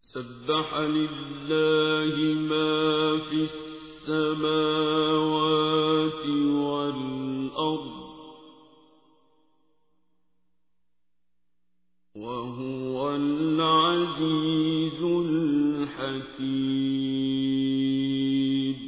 سبح لله ما في السماوات والأرض وهو العزيز الحكيم.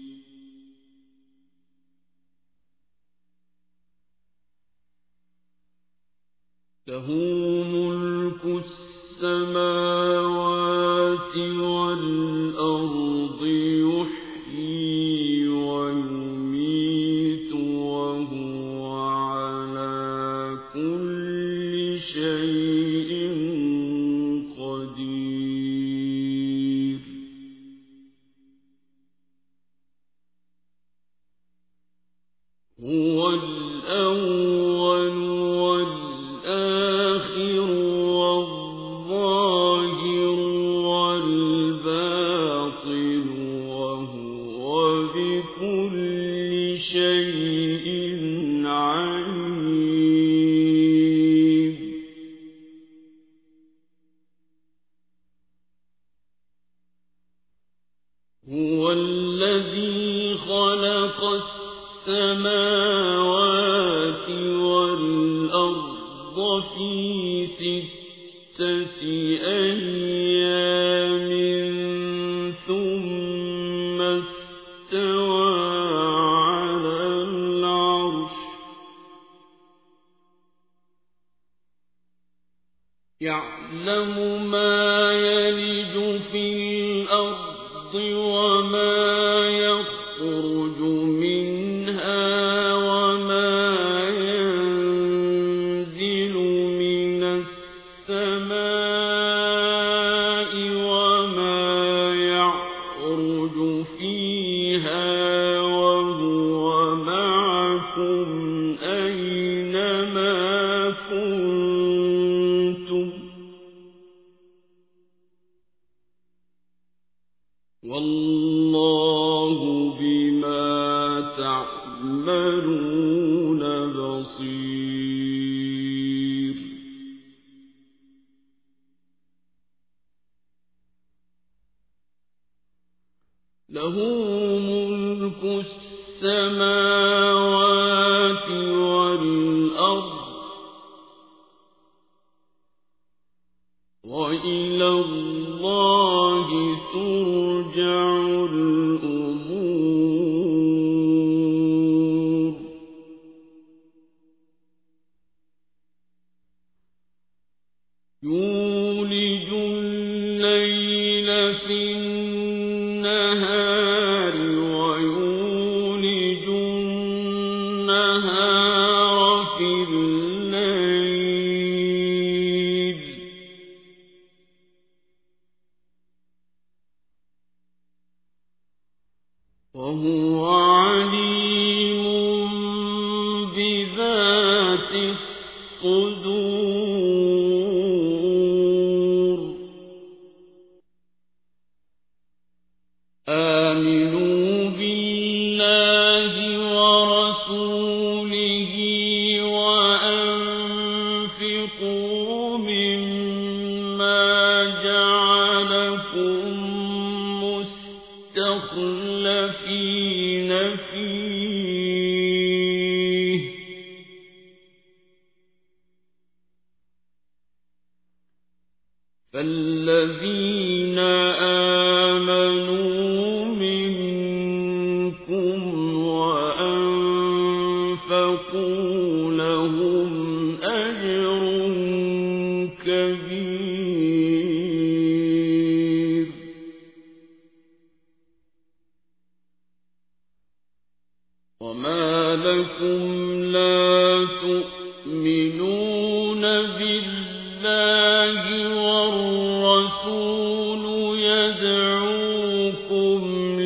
له ملك السماوات والأرض يحيي ويميت وهو على كل شيء قدير. هو الأول والآخر والظاهر والباطن وهو بكل شيء عليم. هو الذي خلق السماوات والأرض في 6 أيام ثم استوى على العرش يعلم ما يلج في الأرض وما يخرج منها وما ينزل من السماء وما يعرج فيها وهو معكم أينما كنتم والله بما تعملون بصير. له ملك السماوات والأرض وإلى الله ترجع الأمور. يولج الليل في النهار ويولج النهار في الليل وهو عليم بذات الصدور. آمنوا بالله ورسوله وأنفقوا مما جعلكم مستخلفين فيه فالذين آمنوا منكم وأنفقوا لهم أجر كبير. وما لكم لا تؤمنون بالله والرسول يدعوكم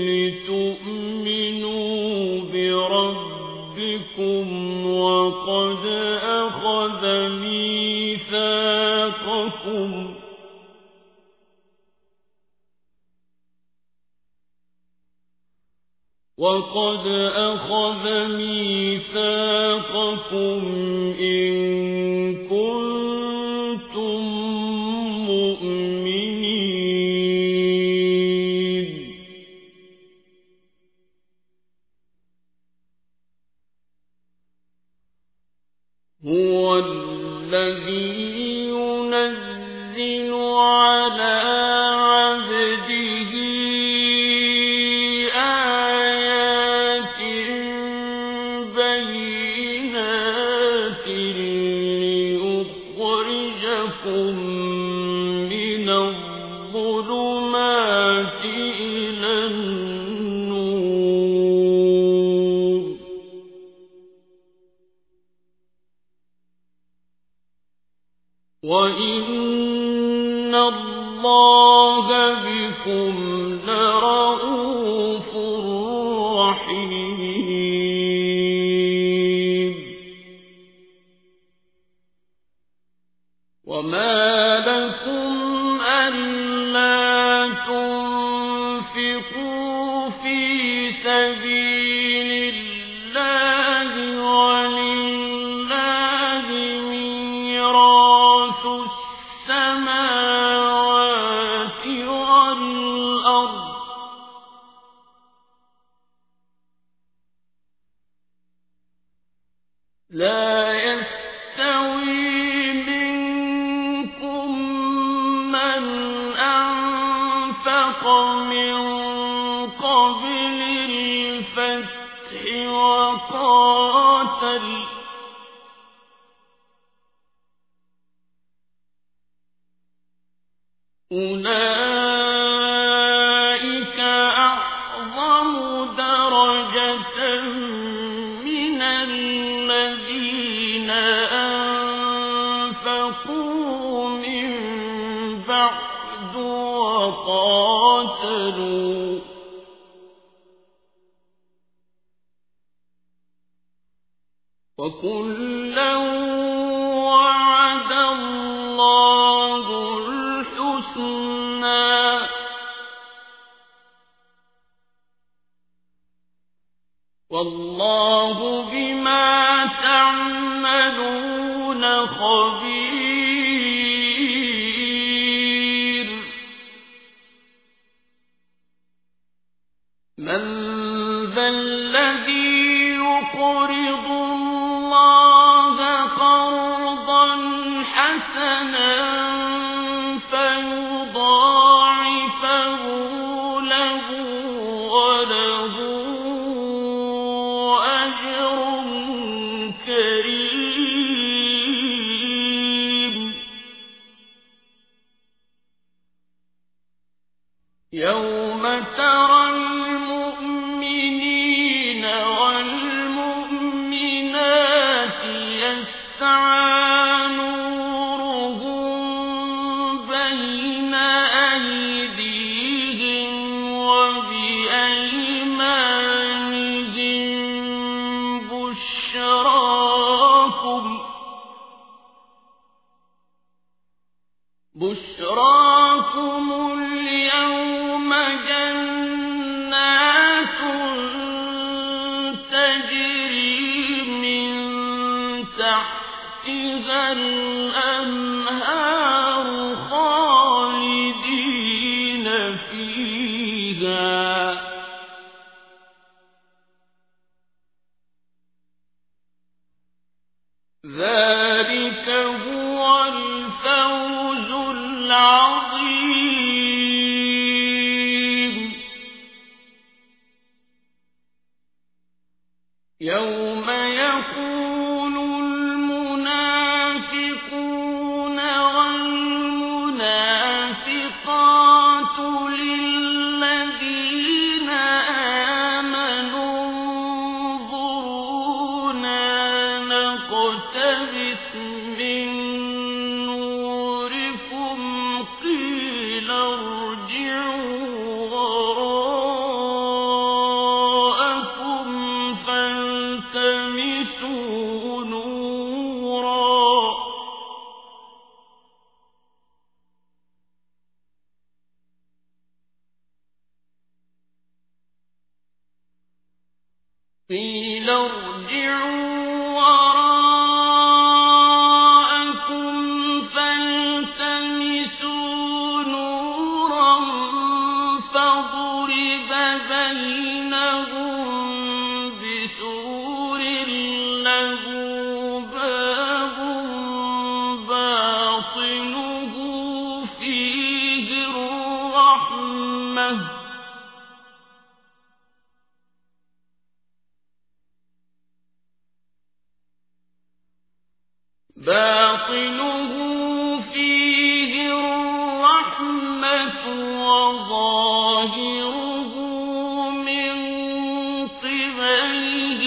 لتؤمنوا بربكم وقد أخذ ميثاقكم إن كنتم مؤمنين. على عبده آيات بينات ليخرجكم من الظلمات إلى النور وإن الله بكم لرءوف رحيم وما لكم ألا تنفقوا في سبيل الله ولله ميراث السماوات والأرض لا يستوي منكم من أنفق من قبل الفتح وقاتل أولئك أعظم درجة من الذين أنفقوا من بعد وقاتلوا وكلا وعد الله الحسنى والله بما تعملون خبير من ذا الذي يقرض الله قرضا حسنا فيضاعفه له وله أجر كريم يوم ترى المؤمنين والمؤمنات يسعى نورهم بين أيديهم وبأيمانهم بشراكم اليوم جنات تجري من تحتها الأنهار خالدين فيها ذلك هو الفوز العظيم يوم يقول المنافقون والمنافقات للذين آمنوا انظرونا نقتبس من نوركم قيل ارجعوا وراءكم فالتمسوا نورا قيل ارجعوا وراءكم فالتمسوا نورا فضرب بينهم بسور له باب باطنه فيه الرحمة باطنه فيه الرحمة وظاهره من قبله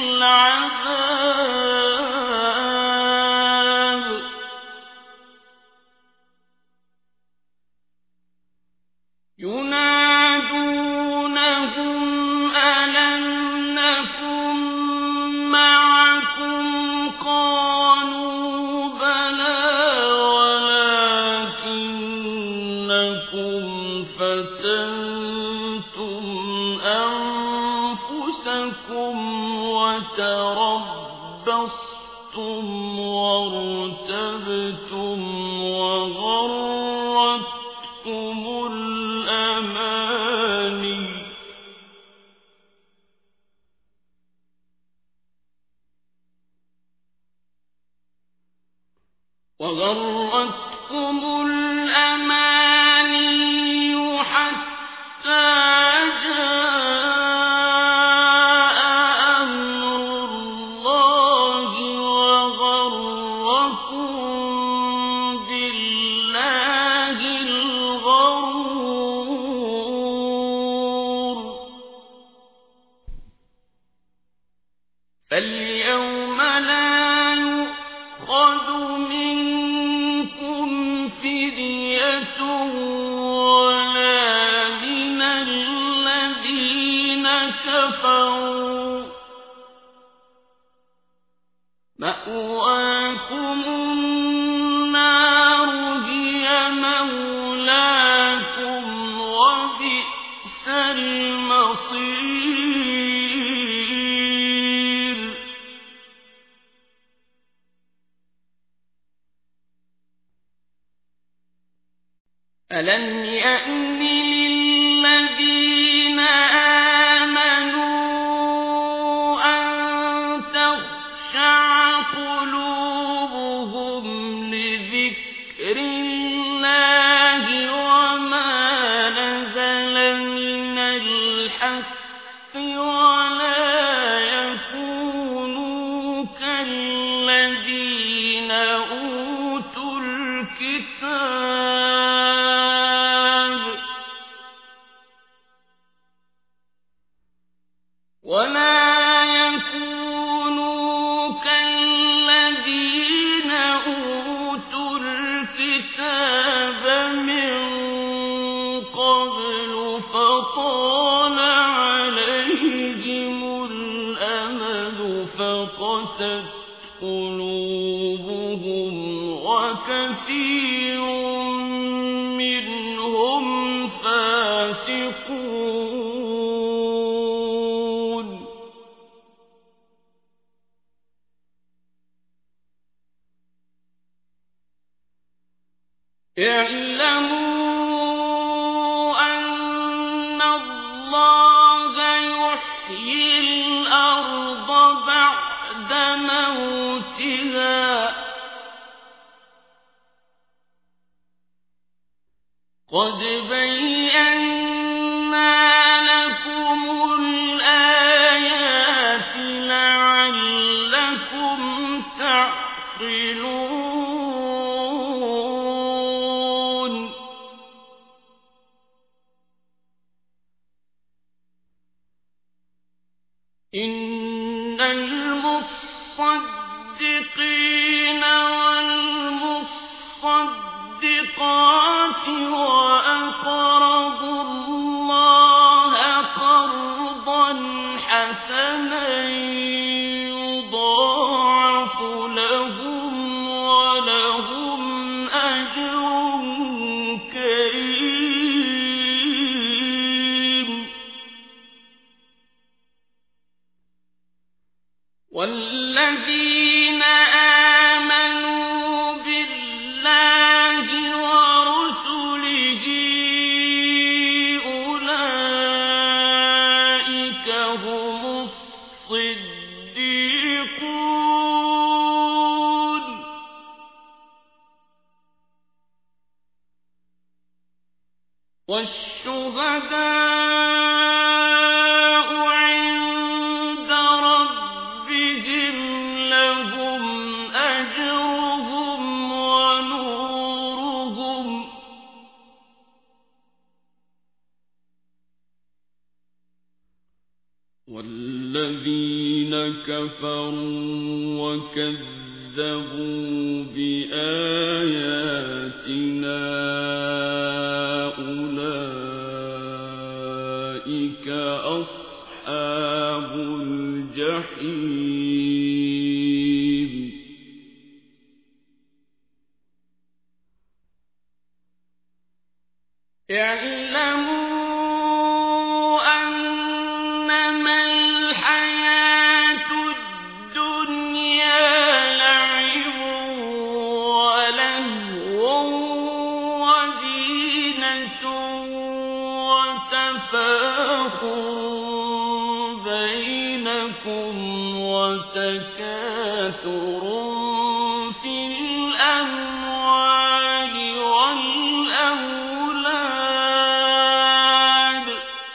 العذاب ينادونهم ألم نكن معكم قالوا بلى ولكنكم فتنتم أنفسكم وتربصتم وارتبتم وغرتكم الأماني حتى جاء أمر الله وغركم بالله الغرور فاليوم لا يؤخذ منكم فدية ولا من الذين كفروا مأواكم النار هي مولاكم وبئس المصير ألم يأن للذين آمنوا أن تخشع قلوبهم لذكر الله وما نزل من الحق ولا يكونوا كالذين أوتوا الكتاب من قبل فطال عليهم الأمد فقست قلوبهم وكثير منهم فاسقون اعلموا أن الله يحيي الأرض بعد موتها قد بينا لكم الآيات لعلكم تعقلون إن المصدقين والمصدقات وأقرضوا الله قرضا حسنا يضاعف لهم ولهم أجر كريم والذين آمنوا بالله ورسله والشهداء عند ربهم لهم أجرهم ونورهم والذين كفروا وكذبوا بآياتنا أولئك أصحاب الجحيم اعلموا أنما الحياة الدنيا لعب ولهو وزينة وتفاخر بينكم وتكاثر في الأموال والأولاد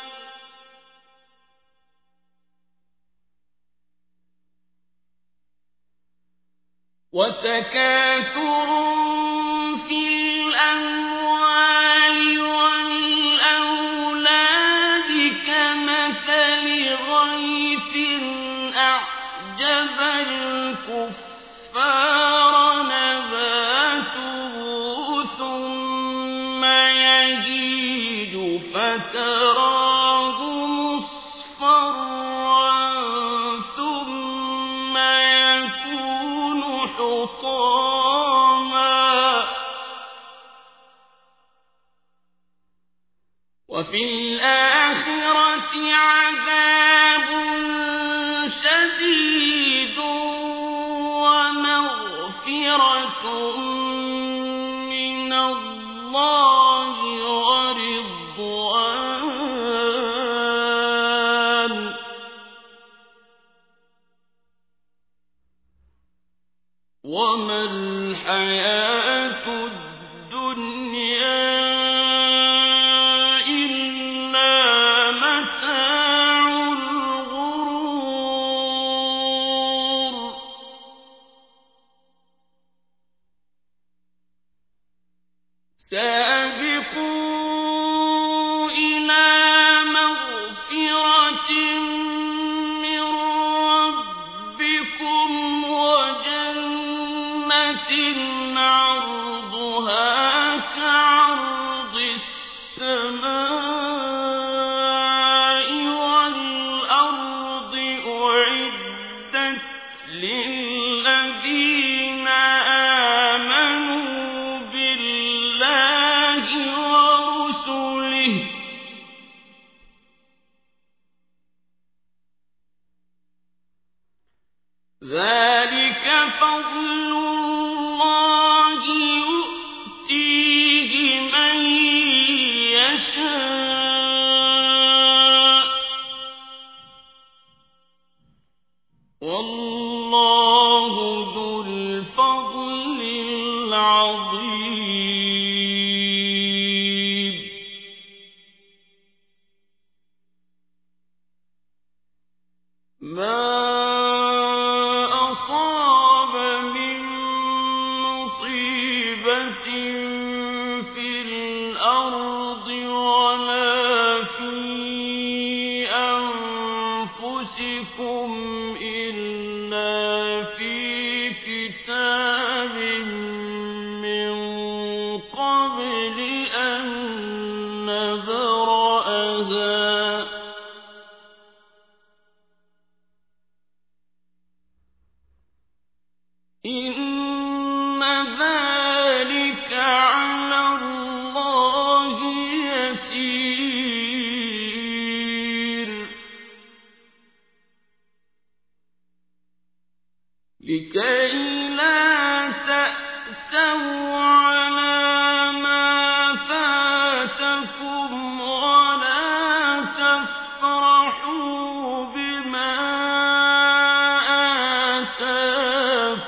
كمثل غيث أعجب الكفار نباته ثم يهيج فتراه مصفرا ثم يكون حطاما وفي الآخرة عذاب شديد ومغفرة من الله ورضوان وما الحياة الدنيا إلا متاع الغرور سابقوا إلى مغفرة من ربكم وجنة عرضها كعرض السماء والأرض أعدت للذين آمنوا بالله ورسله ذلك فضل الله يؤتيه من يشاء والله ذو الفضل العظيم ما أصاب من مصيبة في الأرض ولا في أنفسكم إلا في كتاب من قبل أن نبرأها إن ذلك على الله يسير لكي لا تأسوا على ما فاتكم ولا تفرحوا بما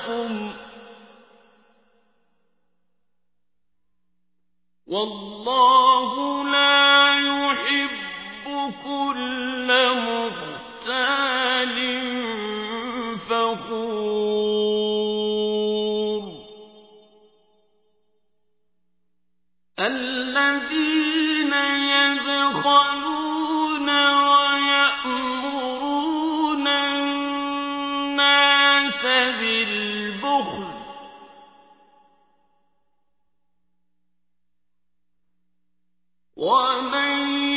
آتاكم والله والله لا يحب كل مختال فخور الذين يبخلون ويأمرون الناس بالبخل ومن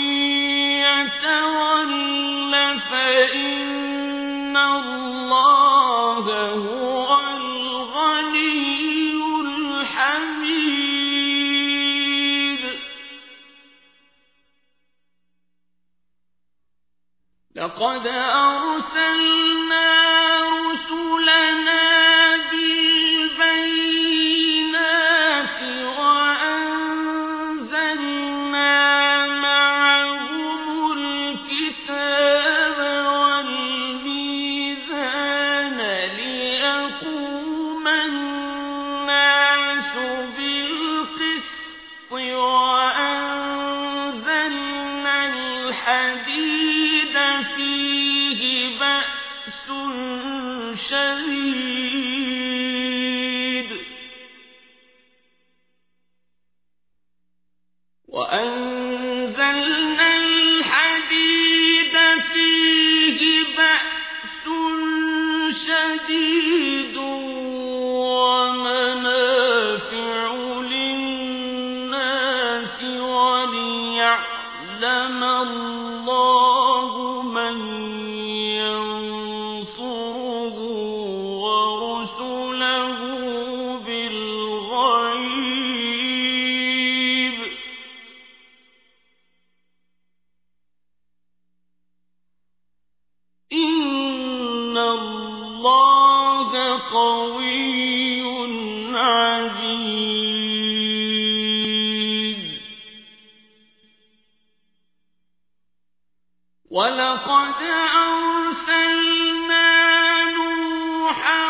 يتول فإن الله هو الغني الحميد لقد أرسلنا رسلنا بالبينات وأنزلنا معهم الكتاب والميزان ليقوم الناس بالقسط وأنزلنا الحديد فيه بأس شديد ومنافع للناس وليعلم الله من ينصره ورسله بالغيب إن الله قوي عزيز ولقد أرسلنا نوحا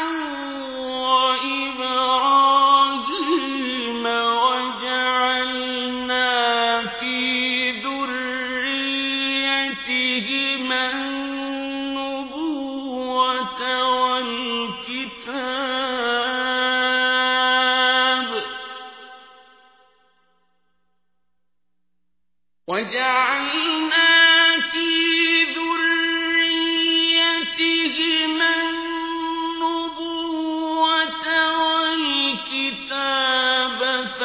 وإبراهيم وجعلنا في ذريتهما النبوة والكتاب وجعلنا في ذريتهما النبوة والكتاب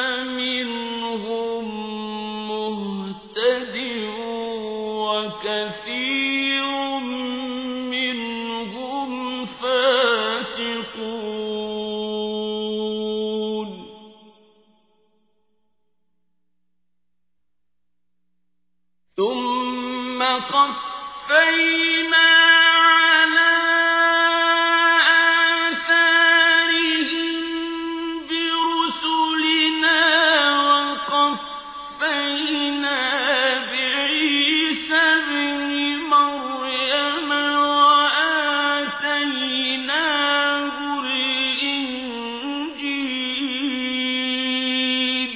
فمنهم مهتد وكثير منهم فاسقون ثم قفينا على آثارهم برسلنا وقفينا بعيسى ابن مريم وآتيناه الإنجيل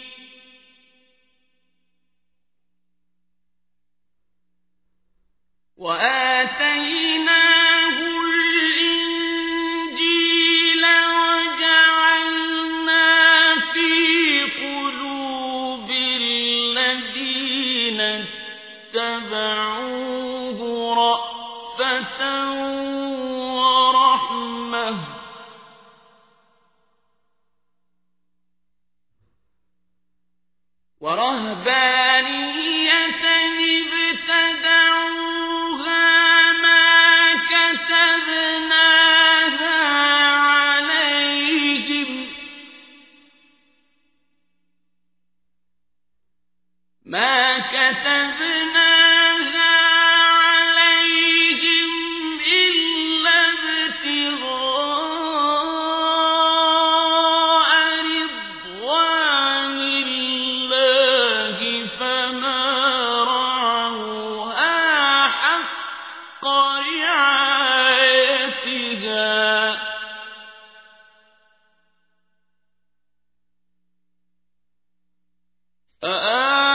وجعلنا في قلوب الذين اتبعوه رأفة ورحمة ورهبانية ابتدعوها ما كتبناها عليهم إلا ابتغاء رضوان الله فما رعوها حق رعايتها فآمنوا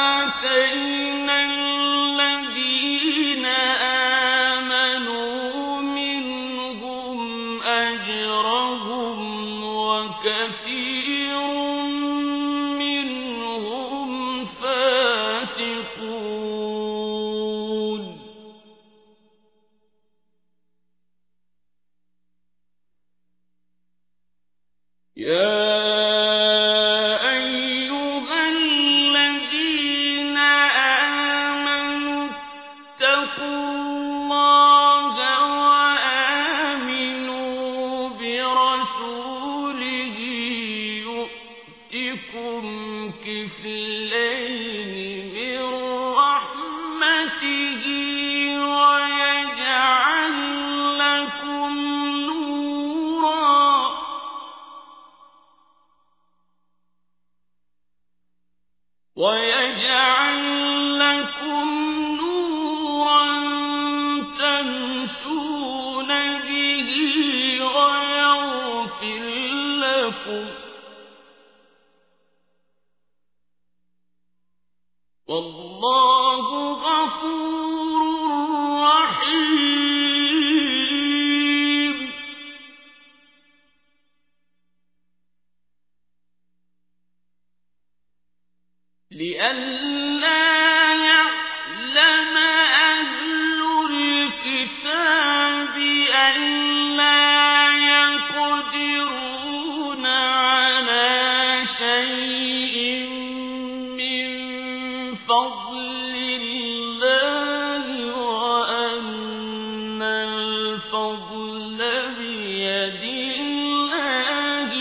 ويجعل لكم نورا تمشون به ويغفر لكم والله غفور رحيم لئلا يعلم أهل الكتاب ألا يقدرون على شيء من فضل الله وأن الفضل بيد الله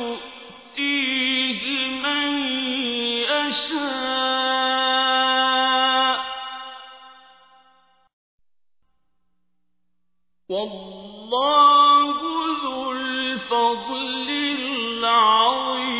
يؤتيه من يشاء والله ذو الفضل العظيم